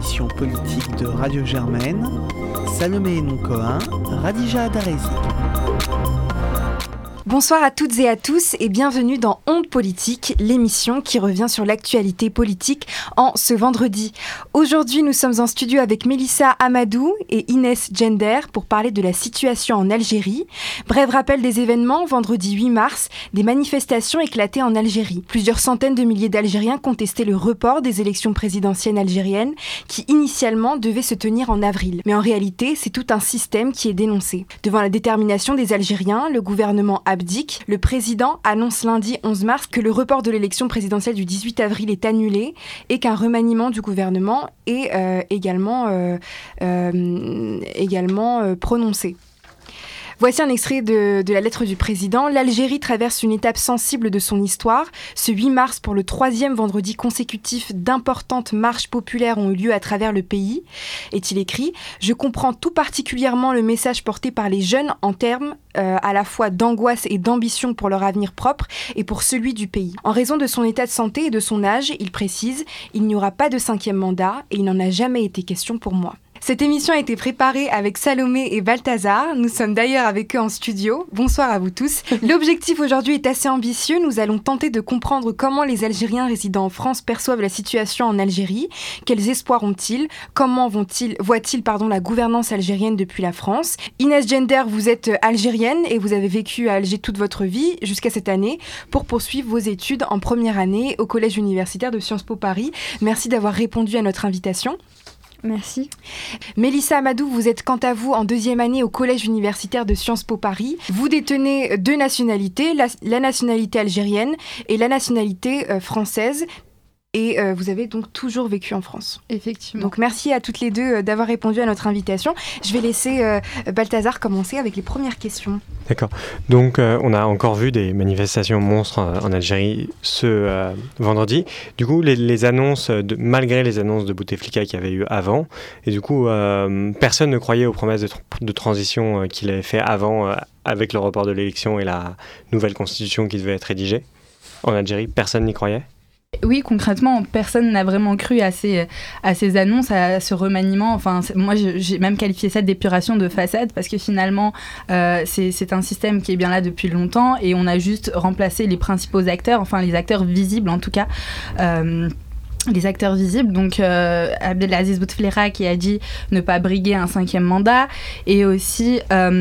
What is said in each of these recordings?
l'émission politique de Radio Germaine, Salomé Noncoin, Radija Adarezi. Bonsoir à toutes et à tous et bienvenue dans Ondes Politiques, l'émission qui revient sur l'actualité politique en ce vendredi. Aujourd'hui, nous sommes en studio avec Mélissa Amadou et Inès Gender pour parler de la situation en Algérie. Bref rappel des événements, vendredi 8 mars, des manifestations éclatées en Algérie. Plusieurs centaines de milliers d'Algériens contestaient le report des élections présidentielles algériennes qui initialement devaient se tenir en avril. Mais en réalité, c'est tout un système qui est dénoncé. Devant la détermination des Algériens, le gouvernement abdique. Le président annonce lundi 11 mars que le report de l'élection présidentielle du 18 avril est annulé et qu'un remaniement du gouvernement est également prononcé. Voici un extrait de la lettre du président. L'Algérie traverse une étape sensible de son histoire. Ce 8 mars, pour le 3e vendredi consécutif, d'importantes marches populaires ont eu lieu à travers le pays. Est-il écrit « Je comprends tout particulièrement le message porté par les jeunes en termes à la fois d'angoisse et d'ambition pour leur avenir propre et pour celui du pays. En raison de son état de santé et de son âge, il précise « Il n'y aura pas de 5e mandat et il n'en a jamais été question pour moi ». Cette émission a été préparée avec Salomé et Balthazar. Nous sommes d'ailleurs avec eux en studio. Bonsoir à vous tous. L'objectif aujourd'hui est assez ambitieux. Nous allons tenter de comprendre comment les Algériens résidant en France perçoivent la situation en Algérie. Quels espoirs ont-ils ? Comment voient-ils la gouvernance algérienne depuis la France ? Inès Gender, vous êtes algérienne et vous avez vécu à Alger toute votre vie jusqu'à cette année pour poursuivre vos études en première année au Collège universitaire de Sciences Po Paris. Merci d'avoir répondu à notre invitation. Merci. Mélissa Amadou, vous êtes quant à vous en 2e année au Collège universitaire de Sciences Po Paris. Vous détenez 2 nationalités, la nationalité algérienne et la nationalité française. Et vous avez donc toujours vécu en France. Effectivement. Donc merci à toutes les deux d'avoir répondu à notre invitation. Je vais laisser Balthazar commencer avec les premières questions. D'accord. Donc on a encore vu des manifestations monstres en Algérie ce vendredi. Du coup, les annonces, malgré les annonces de Bouteflika qu'il y avait eu avant, et du coup, personne ne croyait aux promesses de transition qu'il avait fait avant avec le report de l'élection et la nouvelle constitution qui devait être rédigée. En Algérie, personne n'y croyait ? Oui, concrètement, personne n'a vraiment cru à ces annonces, à ce remaniement. Enfin, moi, j'ai même qualifié ça d'épuration de façade parce que finalement, c'est un système qui est bien là depuis longtemps et on a juste remplacé les principaux acteurs, enfin les acteurs visibles en tout cas. Les acteurs visibles, donc Abdelaziz Bouteflika qui a dit ne pas briguer un 5e mandat et aussi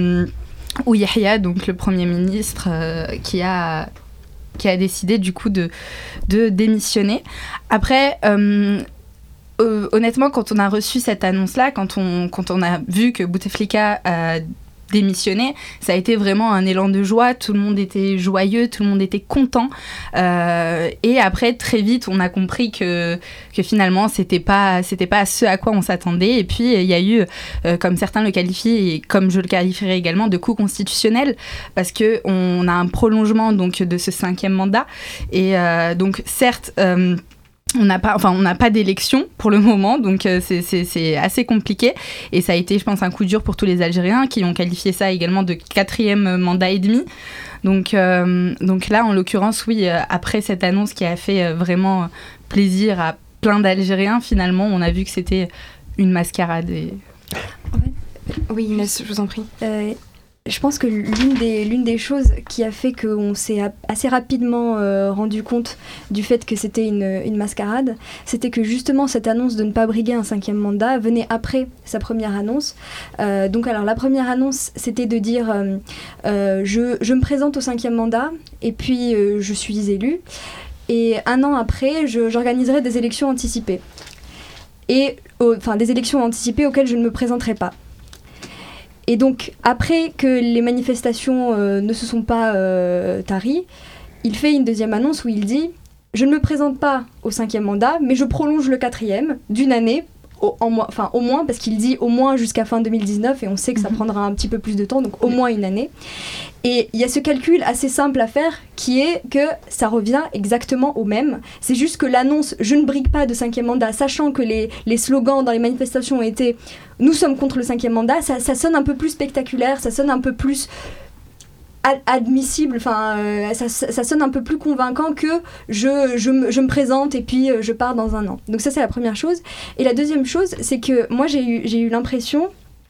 Yahya, donc le Premier ministre qui a décidé du coup de démissionner. Après, honnêtement, quand on a reçu cette annonce-là, quand on a vu que Bouteflika a démissionné, ça a été vraiment un élan de joie, tout le monde était joyeux, tout le monde était content et après très vite on a compris que finalement c'était pas ce à quoi on s'attendait et puis il y a eu comme certains le qualifient et comme je le qualifierais également de coup constitutionnel parce que on a un prolongement donc de ce 5e mandat et donc certes on n'a pas d'élection pour le moment, donc c'est assez compliqué. Et ça a été, je pense, un coup dur pour tous les Algériens qui ont qualifié ça également de 4e mandat et demi. Donc là, en l'occurrence, oui, après cette annonce qui a fait vraiment plaisir à plein d'Algériens, finalement, on a vu que c'était une mascarade. Oui, Inès, je vous en prie. Je pense que l'une des choses qui a fait qu'on s'est assez rapidement rendu compte du fait que c'était une mascarade, c'était que justement cette annonce de ne pas briguer un 5e mandat venait après sa première annonce. Donc alors la première annonce, c'était de dire je me présente au 5e mandat et puis je suis élue. Et un an après, j'organiserai des élections anticipées. Des élections anticipées auxquelles je ne me présenterai pas. Et donc, après que les manifestations ne se sont pas taries, il fait une 2e annonce où il dit « Je ne me présente pas au 5e mandat, mais je prolonge le 4e d'une année, au moins, parce qu'il dit au moins jusqu'à fin 2019, et on sait que ça prendra un petit peu plus de temps, donc au moins une année. » Et il y a ce calcul assez simple à faire qui est que ça revient exactement au même. C'est juste que l'annonce « Je ne brigue pas de 5e mandat », sachant que les slogans dans les manifestations ont été « Nous sommes contre le 5e mandat », ça sonne un peu plus spectaculaire, ça sonne un peu plus admissible, ça sonne un peu plus convaincant que je me présente et puis je pars dans un an. Donc ça, c'est la première chose. Et la deuxième chose, c'est que moi, j'ai eu l'impression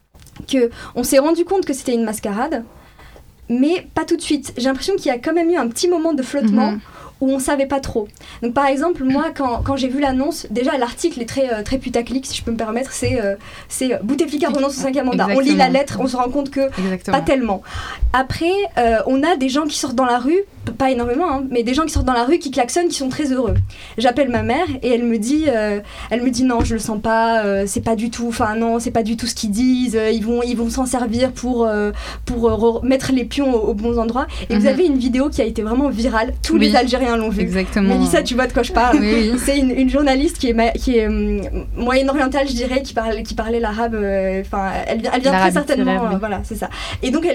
qu'on s'est rendu compte que c'était une mascarade, mais pas tout de suite. J'ai l'impression qu'il y a quand même eu un petit moment de flottement où on savait pas trop. Donc par exemple, moi, quand j'ai vu l'annonce, déjà l'article est très putaclic, si je peux me permettre, c'est Bouteflika renonce au 5e mandat. On lit la lettre, on se rend compte que pas tellement. Après, on a des gens qui sortent dans la rue, pas énormément, hein, mais des gens qui sortent dans la rue, qui klaxonnent, qui sont très heureux. J'appelle ma mère et elle me dit non, je le sens pas, c'est pas du tout ce qu'ils disent, ils vont s'en servir pour mettre les pions aux bons endroits. Et vous avez une vidéo qui a été vraiment virale, tous les Algériens l'ont vue. Exactement. Mélissa, tu vois de quoi je parle. Oui. C'est une journaliste qui est moyen-orientale, je dirais, qui parlait l'arabe. Elle vient très certainement. Voilà, c'est ça. Et donc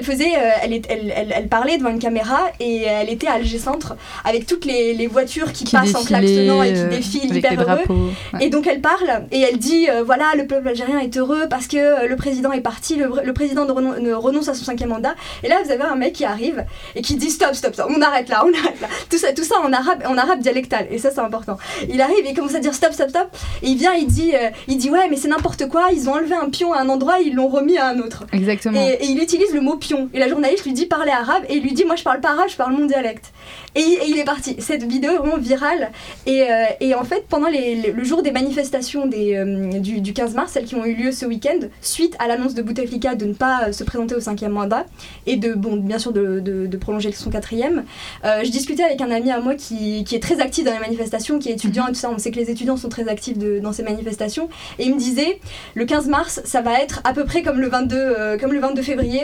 elle parlait devant une caméra et elle était à Alger Centre avec toutes les voitures qui passent en klaxonnant et qui défilent hyper heureux. Ouais. Et donc elle parle et elle dit voilà, le peuple algérien est heureux parce que le président est parti, le président renonce à son 5e mandat. Et là vous avez un mec qui arrive et qui dit stop, on arrête là. Tout ça en arabe dialectal, et ça c'est important. Il arrive et il commence à dire stop, et il vient, il dit ouais mais c'est n'importe quoi, ils ont enlevé un pion à un endroit et ils l'ont remis à un autre. Exactement. Et il utilise le mot pion, et la journaliste lui dit parler arabe, et il lui dit moi je parle pas arabe, je parle mon dialecte. Et il est parti. Cette vidéo est vraiment virale, et en fait pendant le jour des manifestations du 15 mars, celles qui ont eu lieu ce week-end, suite à l'annonce de Bouteflika de ne pas se présenter au 5e mandat, et bien sûr de prolonger son 4e, je discutais avec un ami à moi qui est très actif dans les manifestations, qui est étudiant et tout ça. On sait que les étudiants sont très actifs dans ces manifestations, et il me disait le 15 mars ça va être à peu près comme le 22 février.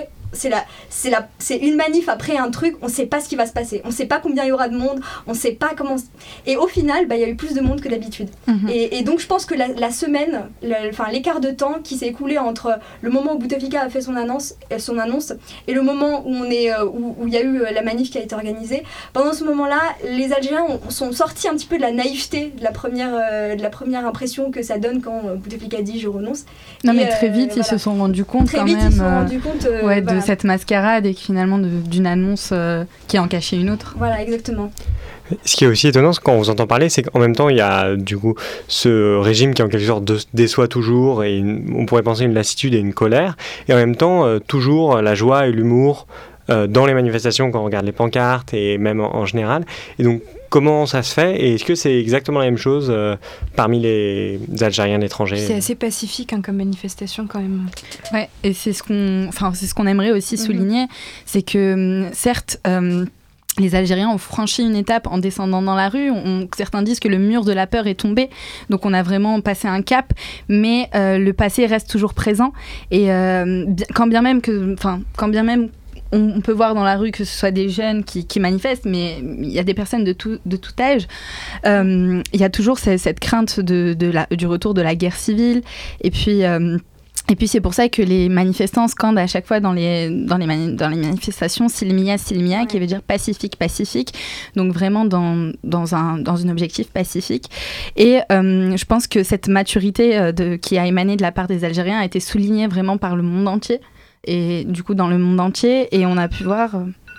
C'est une manif après un truc, on sait pas ce qui va se passer, on sait pas combien il y aura de monde, on sait pas comment, et au final il y a eu plus de monde que d'habitude. Et donc je pense que la semaine, l'écart de temps qui s'est écoulé entre le moment où Bouteflika a fait son annonce et le moment où il y a eu la manif qui a été organisée, pendant ce moment-là les Algériens sont sortis un petit peu de la naïveté de la première impression que ça donne quand Bouteflika dit je renonce. Très vite ils se sont rendus compte de cette mascarade et finalement d'une annonce qui en cachait une autre. Voilà, exactement. Ce qui est aussi étonnant, quand on vous entend parler, c'est qu'en même temps, il y a du coup ce régime qui en quelque sorte déçoit toujours, et on pourrait penser une lassitude et une colère, et en même temps, toujours la joie et l'humour dans les manifestations, quand on regarde les pancartes et même en général. Et donc, comment ça se fait, et est-ce que c'est exactement la même chose parmi les Algériens d'étrangers? C'est assez pacifique comme manifestation quand même. Ouais, et c'est ce qu'on aimerait aussi souligner, c'est que certes les Algériens ont franchi une étape en descendant dans la rue. Certains disent que le mur de la peur est tombé, donc on a vraiment passé un cap, mais le passé reste toujours présent, et quand bien même on peut voir dans la rue que ce soit des jeunes qui manifestent, mais il y a des personnes de tout âge. Il y a toujours cette crainte du retour de la guerre civile. Et puis c'est pour ça que les manifestants scandent à chaque fois dans les manifestations Silmiya, Silmiya, qui veut dire pacifique, pacifique. Donc vraiment dans un objectif pacifique. Et je pense que cette maturité qui a émané de la part des Algériens a été soulignée vraiment par le monde entier. Et du coup dans le monde entier, et on a pu voir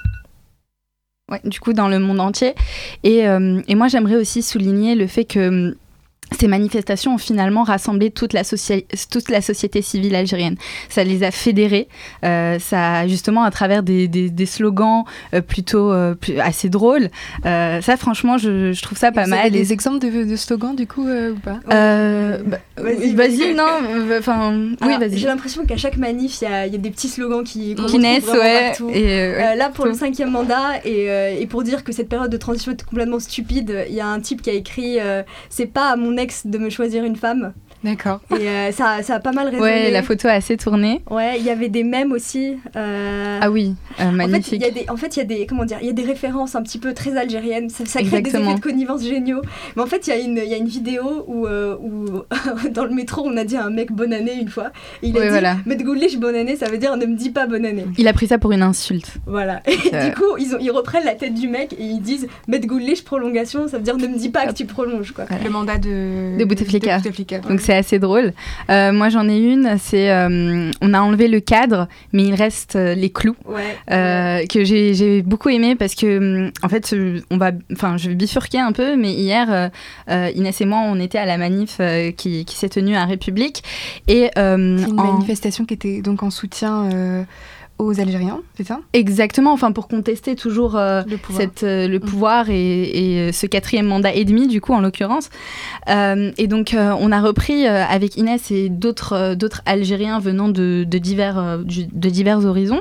dans le monde entier, et moi j'aimerais aussi souligner le fait que ces manifestations ont finalement rassemblé toute la société civile algérienne. Ça les a fédérés, ça, justement à travers des slogans plutôt assez drôles. Ça franchement je trouve ça pas mal. Vous avez des exemples de slogans du coup ou pas? Vas-y, non, vas-y. J'ai l'impression qu'à chaque manif il y a des petits slogans qui naissent, partout. Là pour le 5e mandat, et pour dire que cette période de transition est complètement stupide, il y a un type qui a écrit c'est pas à mon ex de me choisir une femme. D'accord. Et ça a pas mal résonné. Ouais, la photo a assez tourné. Ouais, il y avait des mèmes aussi. Ah oui, magnifique. Il y a des références un petit peu très algériennes. Ça crée des effets de connivence géniaux. Mais en fait, il y a une vidéo où dans le métro, on a dit à un mec bonne année une fois. Et il a dit Medgoulish bonne année, ça veut dire ne me dis pas bonne année. Il a pris ça pour une insulte. Voilà. Et du coup, ils reprennent la tête du mec et ils disent Medgoulish prolongation, ça veut dire ne me dis pas que tu prolonges, quoi. Le mandat de Bouteflika. Donc c'est assez drôle. Moi, j'en ai une. C'est on a enlevé le cadre, mais il reste les clous, que j'ai beaucoup aimé parce que en fait, je vais bifurquer un peu, mais hier, Inès et moi, on était à la manif qui s'est tenue à République et c'est une manifestation qui était donc en soutien aux Algériens, c'est ça ? Exactement, pour contester toujours le pouvoir et ce 4e mandat et demi, du coup, en l'occurrence. Et donc, on a repris avec Inès et d'autres Algériens venant de divers horizons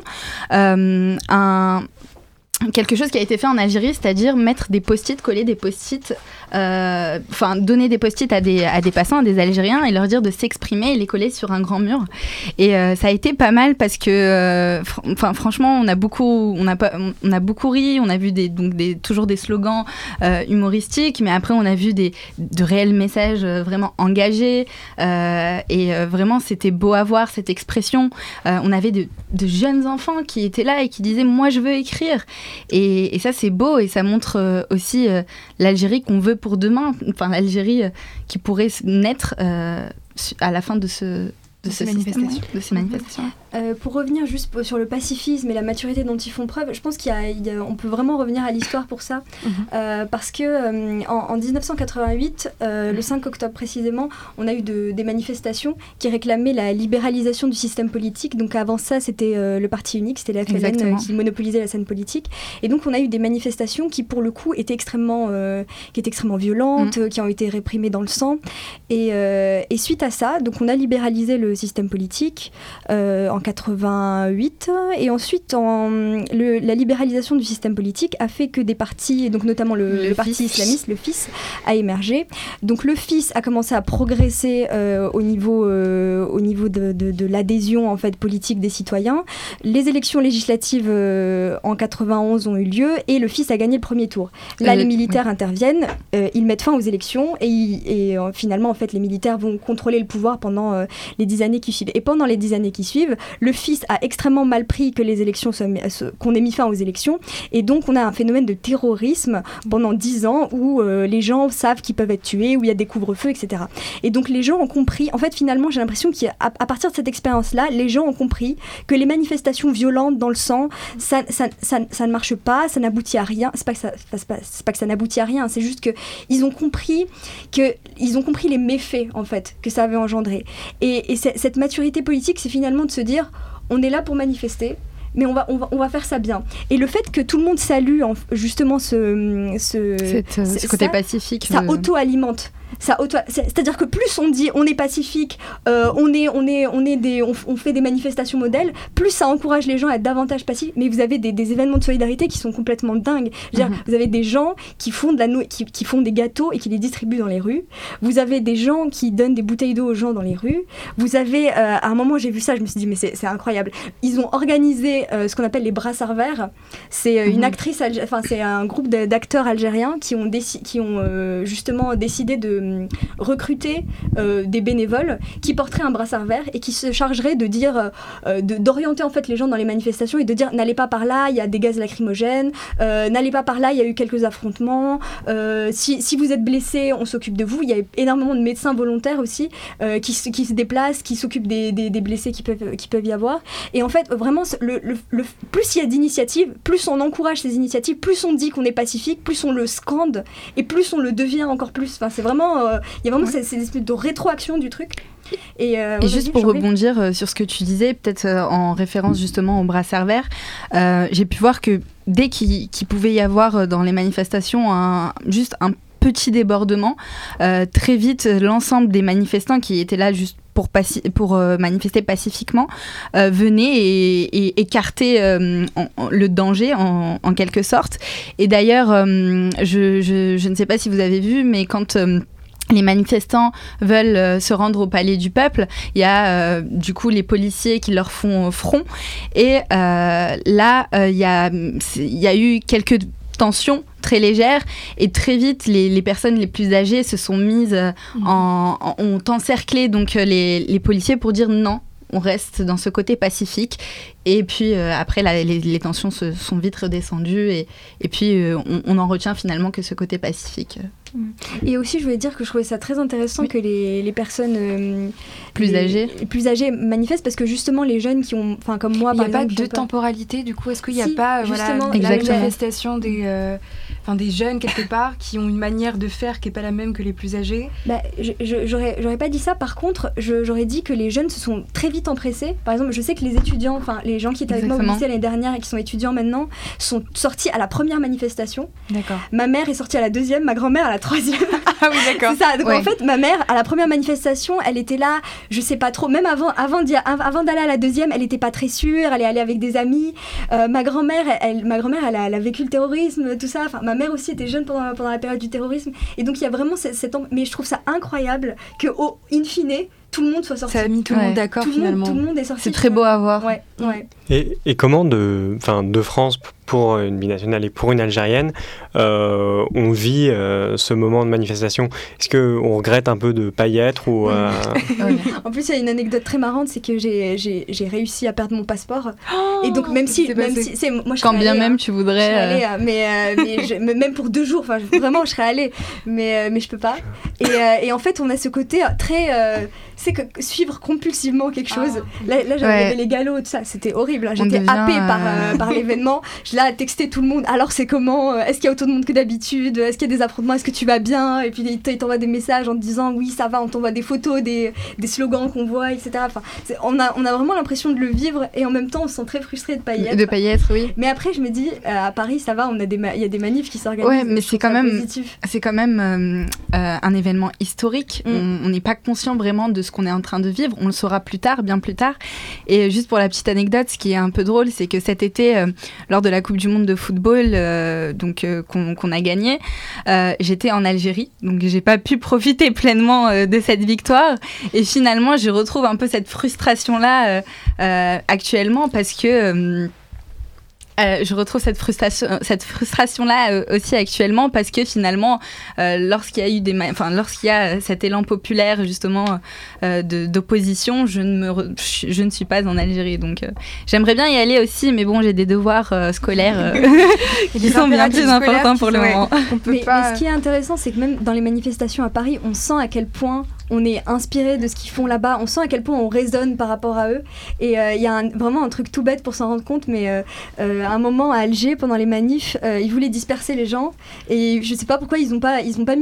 quelque chose qui a été fait en Algérie, c'est-à-dire mettre des post-it, coller des post-it, donner des post-it à des passants, à des Algériens, et leur dire de s'exprimer et les coller sur un grand mur. Et ça a été pas mal parce que, franchement, on a beaucoup ri, on a vu toujours des slogans humoristiques, mais après on a vu de réels messages vraiment engagés, et vraiment c'était beau à voir cette expression. On avait de jeunes enfants qui étaient là et qui disaient « moi je veux écrire ». Et ça c'est beau et ça montre aussi l'Algérie qu'on veut pour demain, l'Algérie qui pourrait naître à la fin de ces manifestations. Pour revenir juste sur le pacifisme et la maturité dont ils font preuve, je pense qu'on peut vraiment revenir à l'histoire pour ça, parce que en 1988, le 5 octobre précisément, on a eu des manifestations qui réclamaient la libéralisation du système politique. Donc avant ça, c'était le parti unique, c'était la FLN qui monopolisait la scène politique. Et donc on a eu des manifestations qui, pour le coup, étaient extrêmement violentes, qui ont été réprimées dans le sang. Et suite à ça, donc on a libéralisé le système politique en 88, et ensuite la libéralisation du système politique a fait que des partis, et donc notamment le parti islamiste, le FIS, a émergé. Donc le FIS a commencé à progresser au niveau de l'adhésion en fait politique des citoyens. Les élections législatives en 91 ont eu lieu et le FIS a gagné le premier tour. Là, les militaires interviennent, ils mettent fin aux élections et finalement en fait les militaires vont contrôler le pouvoir pendant les 10 années qui suivent. Et pendant les 10 années qui suivent, le FIS a extrêmement mal pris que les élections qu'on ait mis fin aux élections, et donc on a un phénomène de terrorisme pendant 10 ans où les gens savent qu'ils peuvent être tués, où il y a des couvre-feux, etc. Et donc les gens ont compris, en fait finalement j'ai l'impression qu'à partir de cette expérience-là, les gens ont compris que les manifestations violentes dans le sang, ça ne marche pas, ça n'aboutit à rien. C'est pas que ça n'aboutit à rien, c'est juste qu'ils ont compris les méfaits en fait que ça avait engendré. Et cette maturité politique, c'est finalement de se dire on est là pour manifester, mais on va faire ça bien. Et le fait que tout le monde salue justement ce côté pacifique, ça auto-alimente. C'est-à-dire que plus on dit on est pacifique, on fait des manifestations modèles, plus ça encourage les gens à être davantage pacifiques. Mais vous avez des événements de solidarité qui sont complètement dingues. Vous avez des gens qui font qui font des gâteaux et qui les distribuent dans les rues. Vous avez des gens qui donnent des bouteilles d'eau aux gens dans les rues. Vous avez, à un moment j'ai vu ça, je me suis dit mais c'est incroyable. Ils ont organisé ce qu'on appelle les brassards verts. C'est une actrice, c'est un groupe d'acteurs algériens qui ont justement décidé de recruter des bénévoles qui porteraient un brassard vert et qui se chargeraient de dire d'orienter en fait les gens dans les manifestations et de dire n'allez pas par là, il y a des gaz lacrymogènes, n'allez pas par là, il y a eu quelques affrontements, si vous êtes blessé, on s'occupe de vous. Il y a énormément de médecins volontaires aussi qui se déplacent, qui s'occupent des blessés qui peuvent y avoir. Et en fait vraiment plus il y a d'initiatives, plus on encourage ces initiatives, plus on dit qu'on est pacifique, plus on le scande et plus on le devient encore plus. Enfin, c'est vraiment il y a vraiment cette espèce de rétroaction du truc. Et juste pour rebondir sur ce que tu disais, peut-être en référence justement au brassard vert, j'ai pu voir que dès qu'il pouvait y avoir dans les manifestations juste un petit débordement, très vite l'ensemble des manifestants qui étaient là juste pour manifester pacifiquement venaient et écartaient le danger en quelque sorte. Et d'ailleurs, je ne sais pas si vous avez vu, mais quand les manifestants veulent se rendre au Palais du Peuple, il y a du coup les policiers qui leur font front, et là il y a eu quelques tensions très légères, et très vite les personnes les plus âgées se sont mises ont encerclé donc les policiers pour dire non, on reste dans ce côté pacifique. Et puis après les tensions se sont vite redescendues, et puis on en retient finalement que ce côté pacifique Et aussi, je voulais dire que je trouvais ça très intéressant que les personnes plus âgées manifestent, parce que justement, les jeunes qui ont, enfin comme moi, il n'y a par exemple, pas de temporalité, du coup, est-ce qu'il n'y a Si, pas justement, la exactement. manifestation des jeunes quelque part qui ont une manière de faire qui n'est pas la même que les plus âgés? J'aurais pas dit ça. Par contre, j'aurais dit que les jeunes se sont très vite empressés. Par exemple, je sais que les étudiants, enfin les gens qui étaient avec moi au lycée l'année dernière et qui sont étudiants maintenant, sont sortis à la première manifestation. D'accord. Ma mère est sortie à la deuxième, ma grand-mère à la troisième. Ah oui, d'accord. C'est ça. Donc en fait, ma mère, à la première manifestation, elle était là, je sais pas trop, même avant d'aller à la deuxième, elle était pas très sûre, elle est allée avec des amis. Ma grand-mère, elle a vécu le terrorisme, tout ça. Enfin, ma mère aussi était jeune pendant la période du terrorisme. Et donc il y a vraiment mais je trouve ça incroyable que, in fine, tout le monde soit sorti. Ça a mis tout le monde d'accord finalement. Tout le monde est sorti. C'est très beau à voir. Ouais. Et comment de France pour une binationale et pour une Algérienne, on vit ce moment de manifestation? Est-ce qu'on regrette un peu de pas y être ou En plus, il y a une anecdote très marrante, c'est que j'ai réussi à perdre mon passeport. Et donc même si moi, quand bien même tu voudrais, même pour 2 jours, enfin vraiment, je serais allée, mais je peux pas. Et en fait, on a ce côté très c'est que suivre compulsivement quelque chose. Là j'avais les galops, tout ça, c'était horrible. J'étais happée par l'événement. Je l'ai à texter tout le monde. Alors c'est comment? Est-ce qu'il y a autant de monde que d'habitude? Est-ce qu'il y a des affrontements? Est-ce que tu vas bien? Et puis il t'envoie des messages en te disant oui ça va. On t'envoie des photos, des slogans qu'on voit, etc. Enfin, on a vraiment l'impression de le vivre et en même temps on se sent très frustré de pas y être. De pas y être, oui. Mais après je me dis à Paris ça va, il y a des manifs qui s'organisent. Ouais, mais c'est quand même un événement historique. On n'est pas conscient vraiment de ce qu'on est en train de vivre. On le saura plus tard, bien plus tard. Et juste pour la petite anecdote, ce qui est un peu drôle, c'est que cet été, lors de la Coupe du Monde de football, qu'on a gagné, j'étais en Algérie, donc j'ai pas pu profiter pleinement de cette victoire. Et finalement, je retrouve un peu cette frustration-là actuellement parce que je retrouve cette frustration-là aussi actuellement parce que finalement, lorsqu'il y a cet élan populaire justement d'opposition, je ne suis pas en Algérie. Donc j'aimerais bien y aller aussi, mais bon, j'ai des devoirs scolaires qui sont bien plus importants pour le moment. Mais ce qui est intéressant, c'est que même dans les manifestations à Paris, on sent à quel point on est inspiré de ce qu'ils font là-bas, on sent à quel point on résonne par rapport à eux. Et il y a vraiment un truc tout bête pour s'en rendre compte, mais à un moment à Alger, pendant les manifs, ils voulaient disperser les gens et je sais pas pourquoi ils ont pas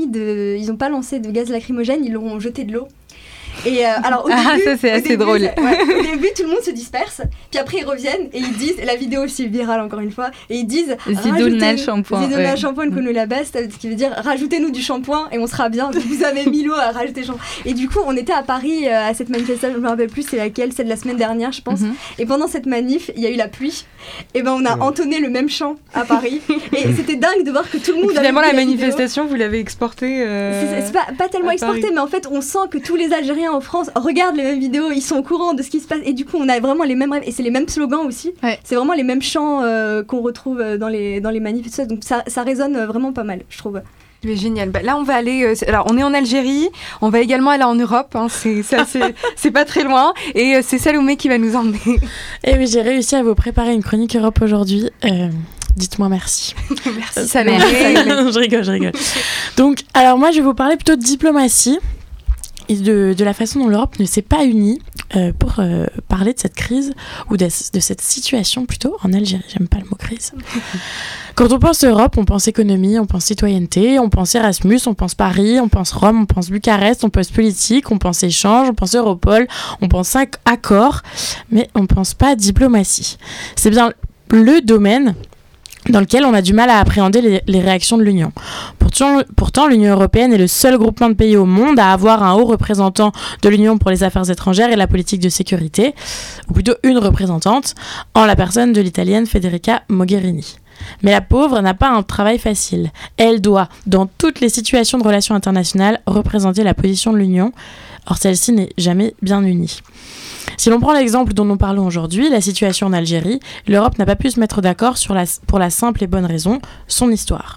lancé de gaz lacrymogène, ils leur ont jeté de l'eau. Et alors au début, ça c'est assez drôle. Au début, tout le monde se disperse, puis après ils reviennent et ils disent, la vidéo aussi est virale encore une fois, et ils disent Zidouna shampoing, nous la basse, ce qui veut dire rajoutez-nous du shampoing et on sera bien. Vous avez mis l'eau à rajouter le shampoing. Et du coup, on était à Paris à cette manifestation, je me rappelle plus c'est laquelle, celle de la semaine dernière, je pense. Et pendant cette manif, il y a eu la pluie. Et ben on a entonné le même chant à Paris. Et c'était dingue de voir que tout le monde. Finalement, la manifestation, vous l'avez exportée. C'est pas tellement exporté, mais en fait, on sent que tous les Algériens en France regardent les mêmes vidéos, ils sont au courant de ce qui se passe et du coup on a vraiment les mêmes rêves et c'est les mêmes slogans aussi. C'est vraiment les mêmes chants qu'on retrouve dans les manifs, donc ça résonne vraiment pas mal, je trouve. Mais génial. Là, on va aller. Alors, on est en Algérie. On va également aller en Europe. Hein, c'est pas très loin. Et c'est Salomé qui va nous emmener. Et oui, j'ai réussi à vous préparer une chronique Europe aujourd'hui. Dites-moi merci. Merci Salomé. Je rigole. Donc, alors moi, je vais vous parler plutôt de diplomatie et de la façon dont l'Europe ne s'est pas unie pour parler de cette crise ou de cette situation plutôt en Algérie. J'aime pas le mot crise. Quand on pense Europe, on pense économie, on pense citoyenneté, on pense Erasmus, on pense Paris, on pense Rome, on pense Bucarest, on pense politique, on pense échange, on pense Europol, on pense accord, mais on pense pas diplomatie. C'est bien le domaine dans lequel on a du mal à appréhender les réactions de l'Union. Pourtant, l'Union européenne est le seul groupement de pays au monde à avoir un haut représentant de l'Union pour les affaires étrangères et la politique de sécurité, ou plutôt une représentante, en la personne de l'italienne Federica Mogherini. Mais la pauvre n'a pas un travail facile. Elle doit, dans toutes les situations de relations internationales, représenter la position de l'Union. Or, celle-ci n'est jamais bien unie. Si l'on prend l'exemple dont nous parlons aujourd'hui, la situation en Algérie, l'Europe n'a pas pu se mettre d'accord pour la simple et bonne raison, son histoire.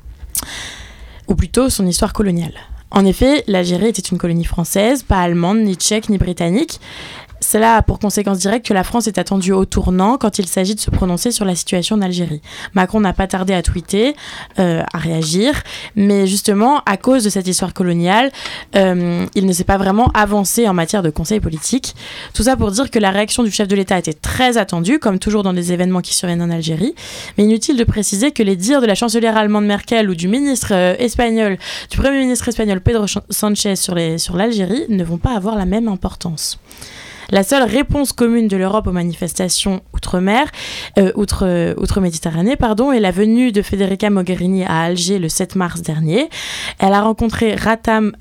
Ou plutôt son histoire coloniale. En effet, l'Algérie était une colonie française, pas allemande, ni tchèque, ni britannique. Cela a pour conséquence directe que la France est attendue au tournant quand il s'agit de se prononcer sur la situation en Algérie. Macron n'a pas tardé à tweeter, à réagir, mais justement, à cause de cette histoire coloniale, il ne s'est pas vraiment avancé en matière de conseil politique. Tout ça pour dire que la réaction du chef de l'État était très attendue, comme toujours dans des événements qui surviennent en Algérie, mais inutile de préciser que les dires de la chancelière allemande Merkel ou du ministre espagnol, du premier ministre espagnol Pedro Sanchez sur l'Algérie ne vont pas avoir la même importance. La seule réponse commune de l'Europe aux manifestations outre-Méditerranée, est la venue de Federica Mogherini à Alger le 7 mars dernier. Elle a rencontré Ramtan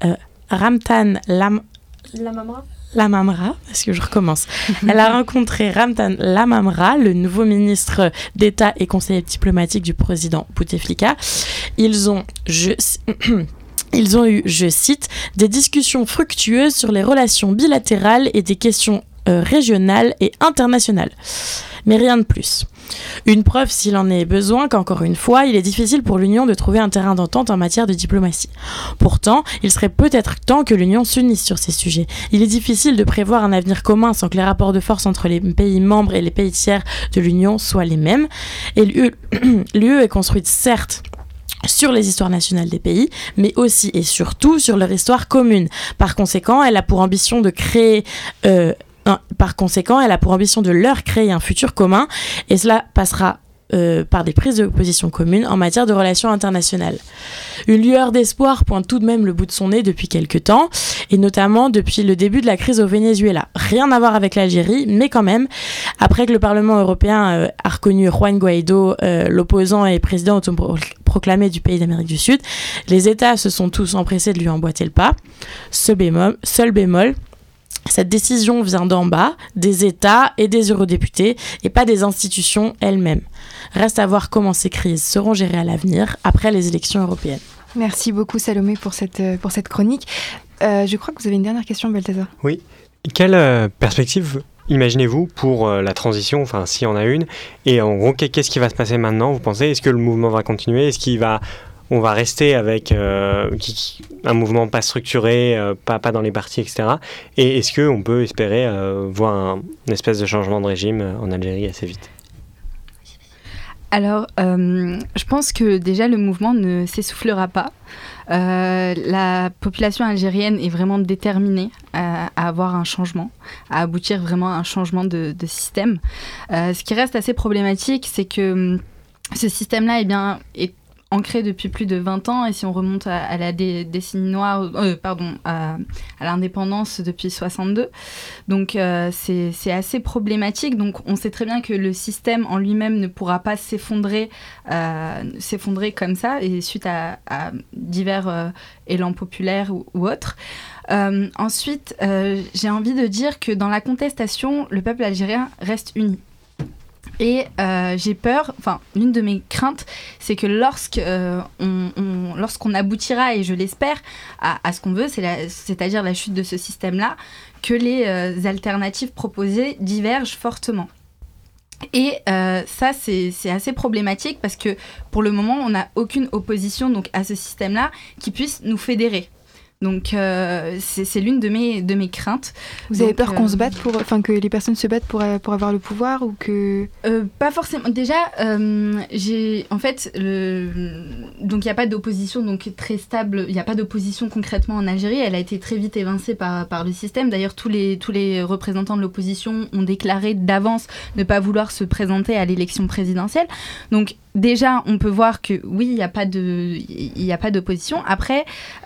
Lamamra, parce que je recommence. Elle a rencontré Ramtan Lamamra, le nouveau ministre d'État et conseiller diplomatique du président Bouteflika. Ils ont eu, je cite, des discussions fructueuses sur les relations bilatérales et des questions régionales et internationales. Mais rien de plus. Une preuve, s'il en est besoin, qu'encore une fois, il est difficile pour l'Union de trouver un terrain d'entente en matière de diplomatie. Pourtant, il serait peut-être temps que l'Union s'unisse sur ces sujets. Il est difficile de prévoir un avenir commun sans que les rapports de force entre les pays membres et les pays tiers de l'Union soient les mêmes. Et l'UE est construite, certes, sur les histoires nationales des pays, mais aussi et surtout sur leur histoire commune. Par conséquent, elle a pour ambition de leur créer un futur commun, et cela passera par des prises de position communes en matière de relations internationales. Une lueur d'espoir pointe tout de même le bout de son nez depuis quelques temps, et notamment depuis le début de la crise au Venezuela. Rien à voir avec l'Algérie, mais quand même, après que le Parlement européen a reconnu Juan Guaido, l'opposant et président autoproclamé du pays d'Amérique du Sud, les États se sont tous empressés de lui emboîter le pas. Seul bémol, cette décision vient d'en bas, des États et des eurodéputés, et pas des institutions elles-mêmes. Reste à voir comment ces crises seront gérées à l'avenir, après les élections européennes. Merci beaucoup Salomé pour cette chronique. Je crois que vous avez une dernière question, Balthazar. Oui. Quelle perspective imaginez-vous pour la transition, enfin s'il y en a une, et en gros, qu'est-ce qui va se passer maintenant, vous pensez? Est-ce que le mouvement va continuer? Est-ce on va rester avec un mouvement pas structuré, pas dans les partis, etc. Et est-ce qu'on peut espérer voir une espèce de changement de régime en Algérie assez vite? Alors, je pense que déjà le mouvement ne s'essoufflera pas. La population algérienne est vraiment déterminée à avoir un changement, à aboutir vraiment à un changement de système. Ce qui reste assez problématique, c'est que ce système-là est ancré depuis plus de 20 ans, et si on remonte à la décennie noire, à l'indépendance depuis 62, donc c'est assez problématique. Donc on sait très bien que le système en lui-même ne pourra pas s'effondrer comme ça, et suite à divers élans populaires ou autres. Ensuite, j'ai envie de dire que dans la contestation, le peuple algérien reste uni. Et j'ai peur, l'une de mes craintes, c'est que lorsqu'on aboutira, et je l'espère, à ce qu'on veut, c'est-à-dire la chute de ce système-là, que les alternatives proposées divergent fortement. Et ça, c'est assez problématique parce que pour le moment, on n'a aucune opposition à ce système-là qui puisse nous fédérer. Donc c'est l'une de mes craintes. Vous avez peur qu'on se batte que les personnes se battent pour avoir le pouvoir, ou que pas forcément. Déjà, donc il y a pas d'opposition très stable. Il y a pas d'opposition concrètement en Algérie. Elle a été très vite évincée par le système. D'ailleurs, tous les représentants de l'opposition ont déclaré d'avance ne pas vouloir se présenter à l'élection présidentielle. Donc déjà, on peut voir que oui, il y a pas d'opposition. Après,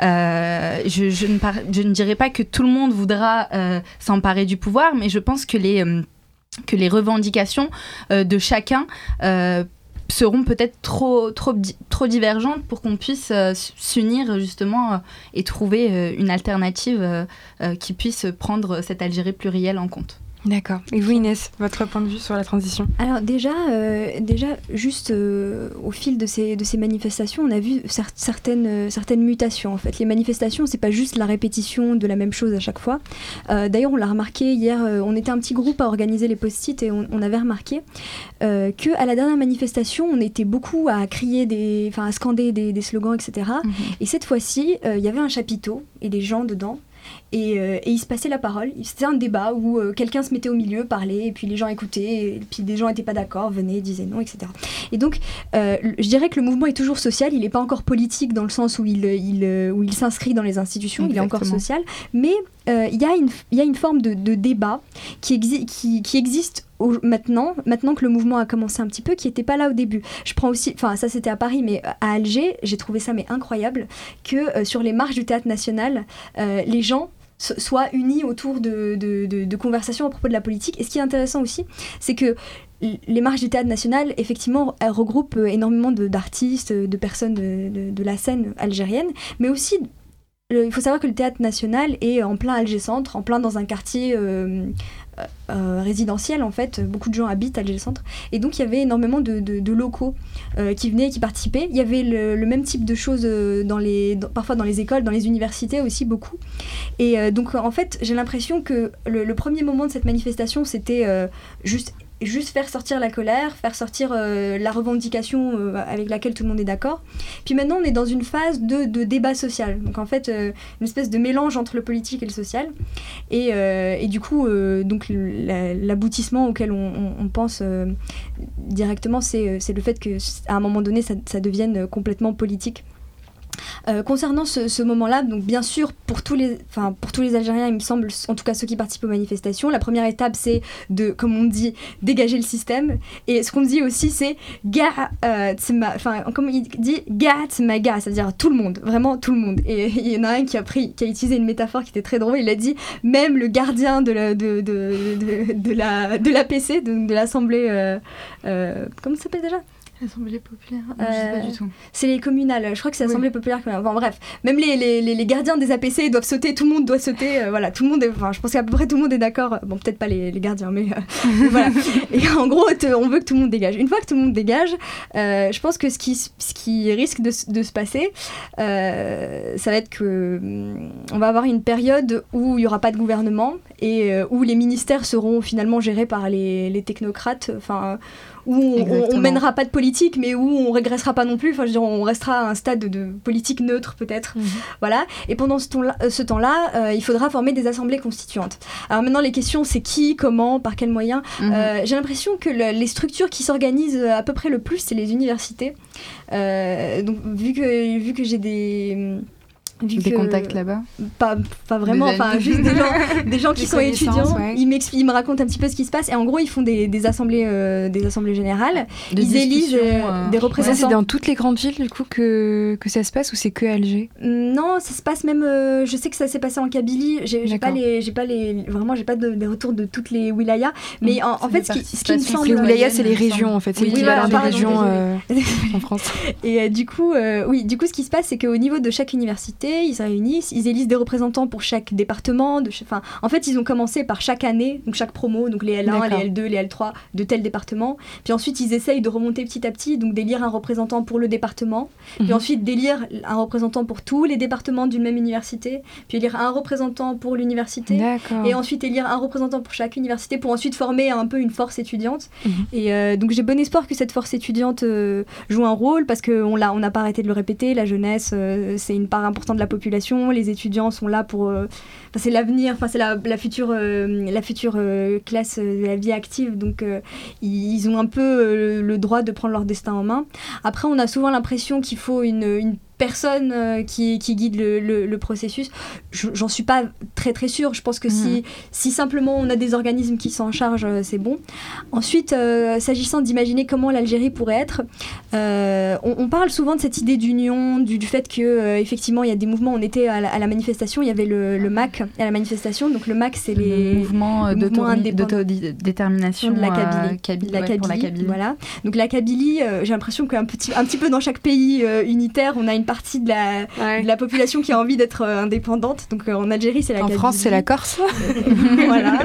je ne dirais pas que tout le monde voudra s'emparer du pouvoir, mais je pense que les revendications de chacun seront peut-être trop divergentes pour qu'on puisse s'unir justement et trouver une alternative qui puisse prendre cette Algérie plurielle en compte. D'accord. Et vous, Inès, votre point de vue sur la transition? Alors déjà juste au fil de ces manifestations, on a vu certaines mutations en fait. Les manifestations, c'est pas juste la répétition de la même chose à chaque fois. D'ailleurs, on l'a remarqué hier, on était un petit groupe à organiser les post-it, et on avait remarqué que à la dernière manifestation, on était beaucoup à crier à scander des slogans, etc. Et cette fois-ci, il y avait un chapiteau et des gens dedans. et il se passait la parole. C'était un débat où quelqu'un se mettait au milieu, parlait, et puis les gens écoutaient, et puis des gens n'étaient pas d'accord, venaient, disaient non, etc. Et donc, je dirais que le mouvement est toujours social, il n'est pas encore politique dans le sens où il s'inscrit dans les institutions, il est encore social, mais il y a une forme de débat qui existe maintenant que le mouvement a commencé un petit peu, qui n'était pas là au début. Je prends aussi, enfin ça c'était à Paris, mais à Alger, j'ai trouvé ça incroyable que sur les marches du Théâtre National, les gens soient unis autour de conversations à propos de la politique. Et ce qui est intéressant aussi, c'est que les marches du Théâtre National, effectivement, elles regroupent énormément d'artistes, de personnes de la scène algérienne, mais aussi... Il faut savoir que le Théâtre National est en plein Alger-Centre, en plein dans un quartier résidentiel en fait. Beaucoup de gens habitent à Alger-Centre. Et donc il y avait énormément de locaux qui venaient et qui participaient. Il y avait le même type de choses parfois dans les écoles, dans les universités aussi beaucoup. Et donc en fait j'ai l'impression que le premier moment de cette manifestation c'était juste faire sortir la colère, faire sortir la revendication avec laquelle tout le monde est d'accord. Puis maintenant, on est dans une phase de débat social. Donc en fait, une espèce de mélange entre le politique et le social. Et du coup, donc, l'aboutissement auquel on pense directement, c'est le fait qu'à un moment donné, ça devienne complètement politique. Concernant ce moment-là, donc bien sûr pour tous les Algériens, il me semble, en tout cas ceux qui participent aux manifestations, la première étape c'est de, comme on dit, dégager le système. Et ce qu'on dit aussi c'est comme il dit maga, c'est-à-dire tout le monde, vraiment tout le monde. Et il y en a un qui a utilisé une métaphore qui était très drôle. Il a dit même le gardien de l'APC, de l'Assemblée, comment ça s'appelle déjà? L'Assemblée populaire, je sais pas du tout. C'est les communales, je crois que c'est l'Assemblée populaire. Enfin bref, même les gardiens des APC doivent sauter, tout le monde doit sauter, voilà, tout le monde je pense qu'à peu près tout le monde est d'accord, bon peut-être pas les gardiens, mais voilà. Et en gros, on veut que tout le monde dégage. Une fois que tout le monde dégage, je pense que ce qui risque de se passer, ça va être que on va avoir une période où il n'y aura pas de gouvernement et où les ministères seront finalement gérés par les technocrates, enfin... où on mènera pas de politique, mais où on régressera pas non plus. Enfin, je veux dire, on restera à un stade de politique neutre, peut-être. Voilà. Et pendant ce temps-là, il faudra former des assemblées constituantes. Alors maintenant, les questions, c'est qui, comment, par quels moyens. J'ai l'impression que les structures qui s'organisent à peu près le plus, c'est les universités. Donc, vu que j'ai des contacts là-bas, pas vraiment, enfin juste des gens qui sont étudiants, ouais. Ils me racontent un petit peu ce qui se passe et en gros ils font des assemblées générales, ils élisent des représentants. Ça, c'est dans toutes les grandes villes du coup que ça se passe ou c'est que Alger? Non, ça se passe même, je sais que ça s'est passé en Kabylie, j'ai pas des retours de toutes les wilayas, mais en fait ce qui me semble, les wilayas c'est les régions en fait, c'est l'équivalent des régions en France. Et du coup ce qui se passe c'est qu'au niveau de chaque université ils se réunissent, ils élisent des représentants pour chaque département. En fait, ils ont commencé par chaque année, donc chaque promo, donc les L1, D'accord. les L2, les L3 de tel département. Puis ensuite, ils essayent de remonter petit à petit, donc d'élire un représentant pour le département. Puis ensuite, d'élire un représentant pour tous les départements d'une même université. Puis élire un représentant pour l'université. D'accord. Et ensuite, élire un représentant pour chaque université pour ensuite former un peu une force étudiante. Et donc, j'ai bon espoir que cette force étudiante joue un rôle parce qu'on n'a pas arrêté de le répéter. La jeunesse, c'est une part importante de la population, les étudiants sont là pour... c'est l'avenir, c'est la future classe de la vie active, donc ils ont un peu le droit de prendre leur destin en main. Après, on a souvent l'impression qu'il faut une personne qui guide le processus. J'en suis pas très très sûre. Je pense que si simplement on a des organismes qui s'en chargent, c'est bon. Ensuite, s'agissant d'imaginer comment l'Algérie pourrait être, on parle souvent de cette idée d'union, du fait que effectivement il y a des mouvements. On était à la manifestation, il y avait le MAC à la manifestation. Donc le MAC, c'est les mouvements d'autodétermination de la Kabylie. Pour la Kabylie. Voilà. Donc la Kabylie, j'ai l'impression qu'un petit peu dans chaque pays unitaire, on a une partie de la population qui a envie d'être indépendante. Donc en Algérie, c'est la Kabylie. En France, c'est la Corse. Voilà.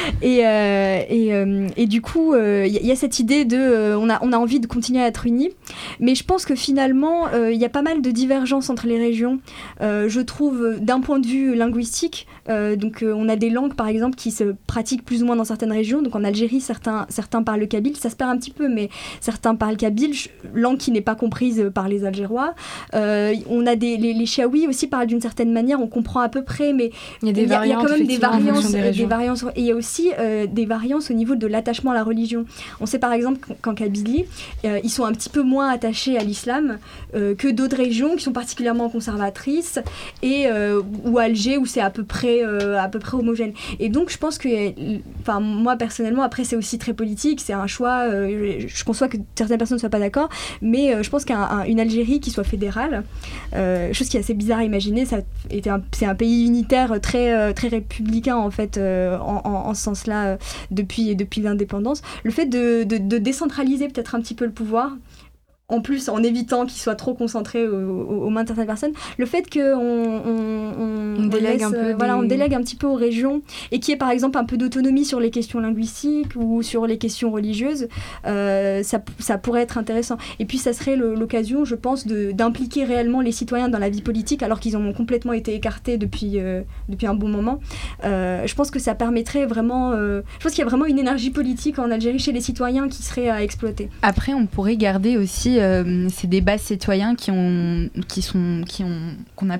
Et du coup, il y a cette idée de on a envie de continuer à être unis. Mais je pense que finalement, il y a pas mal de divergences entre les régions. Je trouve, d'un point de vue linguistique, Donc on a des langues par exemple qui se pratiquent plus ou moins dans certaines régions. Donc en Algérie, certains parlent le kabyle, ça se perd un petit peu, mais certains parlent kabyle, langue qui n'est pas comprise par les Algérois. On a les Chiaouis aussi parlent d'une certaine manière, on comprend à peu près, mais il y a quand même des variances. Et il y a aussi des variances au niveau de l'attachement à la religion. On sait par exemple qu'en Kabylie, ils sont un petit peu moins attachés à l'islam que d'autres régions qui sont particulièrement conservatrices, ou Alger où c'est à peu près homogène. Et donc je pense que, moi personnellement, après c'est aussi très politique, c'est un choix, je conçois que certaines personnes ne soient pas d'accord, mais je pense qu'une Algérie qui soit fédérale, chose qui est assez bizarre à imaginer, c'est un pays unitaire très, très républicain en fait, en ce sens-là, depuis l'indépendance. Le fait de décentraliser peut-être un petit peu le pouvoir, en plus en évitant qu'il soit trop concentré aux mains de certaines personnes, le fait qu'on délègue un petit peu aux régions et qu'il y ait par exemple un peu d'autonomie sur les questions linguistiques ou sur les questions religieuses, ça pourrait être intéressant. Et puis ça serait l'occasion, je pense, d'impliquer réellement les citoyens dans la vie politique alors qu'ils ont complètement été écartés depuis un bon moment. Je pense que ça permettrait vraiment... je pense qu'il y a vraiment une énergie politique en Algérie chez les citoyens qui serait à exploiter. Après, on pourrait garder aussi ces débats citoyens qu'on a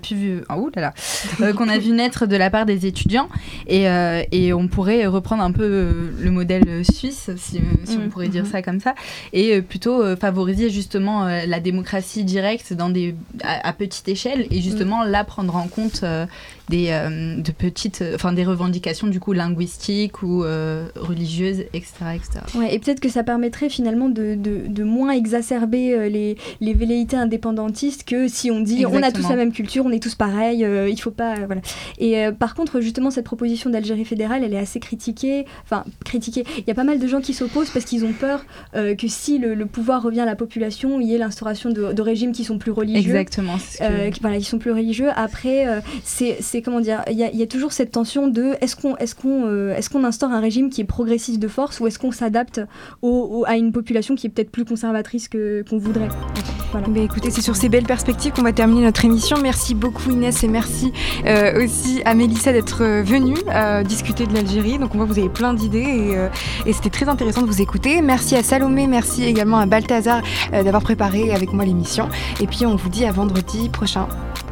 vu naître de la part des étudiants, et on pourrait reprendre un peu le modèle suisse, si on pourrait dire ça comme ça, et plutôt favoriser justement la démocratie directe à petite échelle, et justement là prendre en compte des revendications du coup linguistiques ou religieuses, etc. Ouais, et peut-être que ça permettrait finalement de moins exacerber les velléités indépendantistes que si on dit on a tous la même culture, on est tous pareils, il faut pas... voilà. Et par contre, justement, cette proposition d'Algérie fédérale, elle est assez critiquée. Il y a pas mal de gens qui s'opposent parce qu'ils ont peur que si le pouvoir revient à la population, il y ait l'instauration de régimes qui sont plus religieux. Exactement. Qui sont plus religieux. Après, c'est comment dire, il y a toujours cette tension de est-ce qu'on instaure un régime qui est progressiste de force, ou est-ce qu'on s'adapte à une population qui est peut-être plus conservatrice qu'on voudrait. Voilà. Écoutez, c'est sur ces belles perspectives qu'on va terminer notre émission. Merci beaucoup Inès, et merci aussi à Mélissa d'être venue discuter de l'Algérie. Donc on voit que vous avez plein d'idées, et c'était très intéressant de vous écouter. Merci à Salomé, merci également à Balthazar d'avoir préparé avec moi l'émission. Et puis on vous dit à vendredi prochain.